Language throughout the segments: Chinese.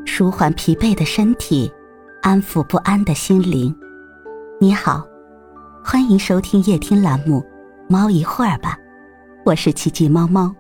舒缓疲惫的身体，安抚不安的心灵。你好，欢迎收听夜听栏目《猫一会儿吧》，我是奇迹猫猫。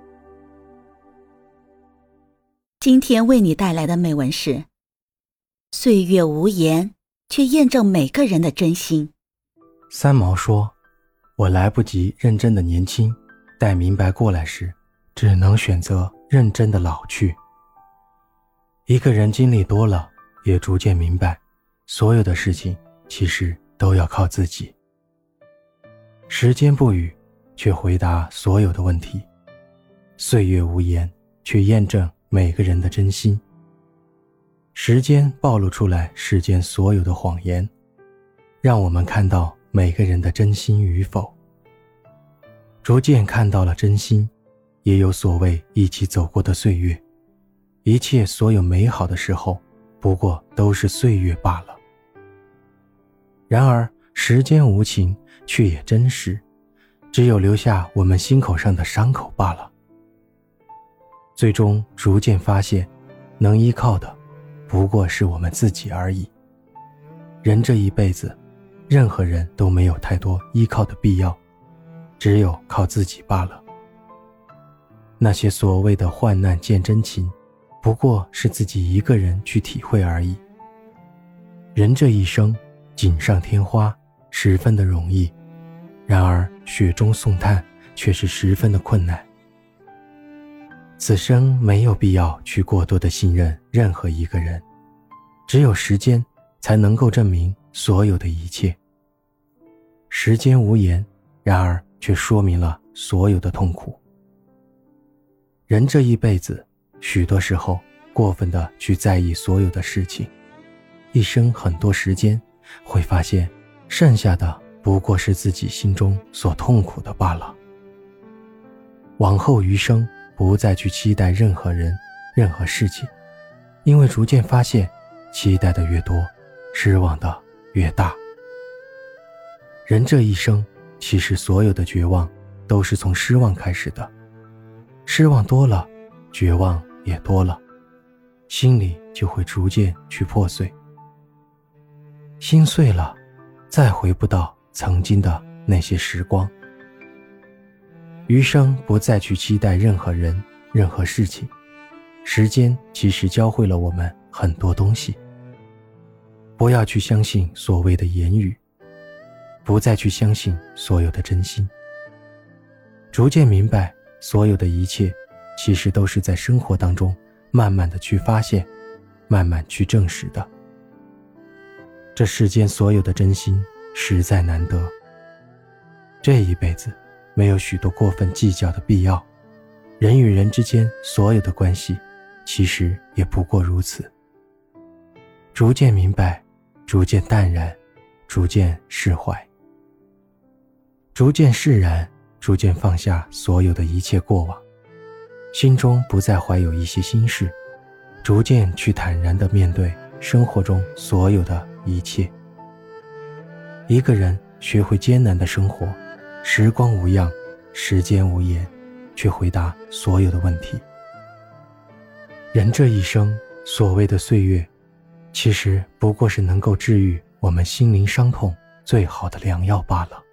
今天为你带来的美文是：岁月无言，却验证每个人的真心。 三毛说，我来不及认真的年轻，待明白过来时，只能选择认真的老去。一个人经历多了，也逐渐明白，所有的事情其实都要靠自己。时间不语，却回答所有的问题；岁月无言，却验证每个人的真心。时间暴露出来世间所有的谎言，让我们看到每个人的真心与否。逐渐看到了真心，也有所谓一起走过的岁月，一切所有美好的时候，不过都是岁月罢了。然而时间无情，却也真实，只有留下我们心口上的伤口罢了。最终逐渐发现，能依靠的不过是我们自己而已。人这一辈子，任何人都没有太多依靠的必要，只有靠自己罢了。那些所谓的患难见真情，不过是自己一个人去体会而已。人这一生，锦上添花，十分的容易，然而雪中送炭却是十分的困难。此生没有必要去过多的信任任何一个人，只有时间才能够证明所有的一切。时间无言，然而却说明了所有的痛苦。人这一辈子，许多时候过分的去在意所有的事情，一生很多时间，会发现剩下的不过是自己心中所痛苦的罢了。往后余生，不再去期待任何人任何事情，因为逐渐发现，期待的越多，失望的越大。人这一生，其实所有的绝望都是从失望开始的，失望多了，绝望也多了，心里就会逐渐去破碎。心碎了，再回不到曾经的那些时光。余生不再去期待任何人任何事情，时间其实教会了我们很多东西。不要去相信所谓的言语，不再去相信所有的真心。逐渐明白，所有的一切其实都是在生活当中慢慢的去发现，慢慢去证实的。这世间所有的真心实在难得，这一辈子没有许多过分计较的必要，人与人之间所有的关系其实也不过如此。逐渐明白，逐渐淡然，逐渐释怀，逐渐释然，逐渐放下所有的一切过往，心中不再怀有一些心事，逐渐去坦然地面对生活中所有的一切。一个人学会艰难的生活，时光无恙，时间无言，却回答所有的问题。人这一生，所谓的岁月，其实不过是能够治愈我们心灵伤痛最好的良药罢了。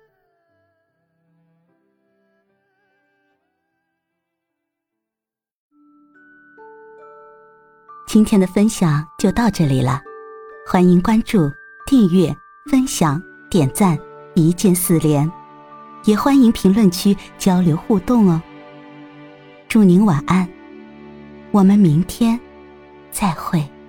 今天的分享就到这里了，欢迎关注、订阅、分享、点赞，一键4连，也欢迎评论区交流互动哦。祝您晚安，我们明天再会。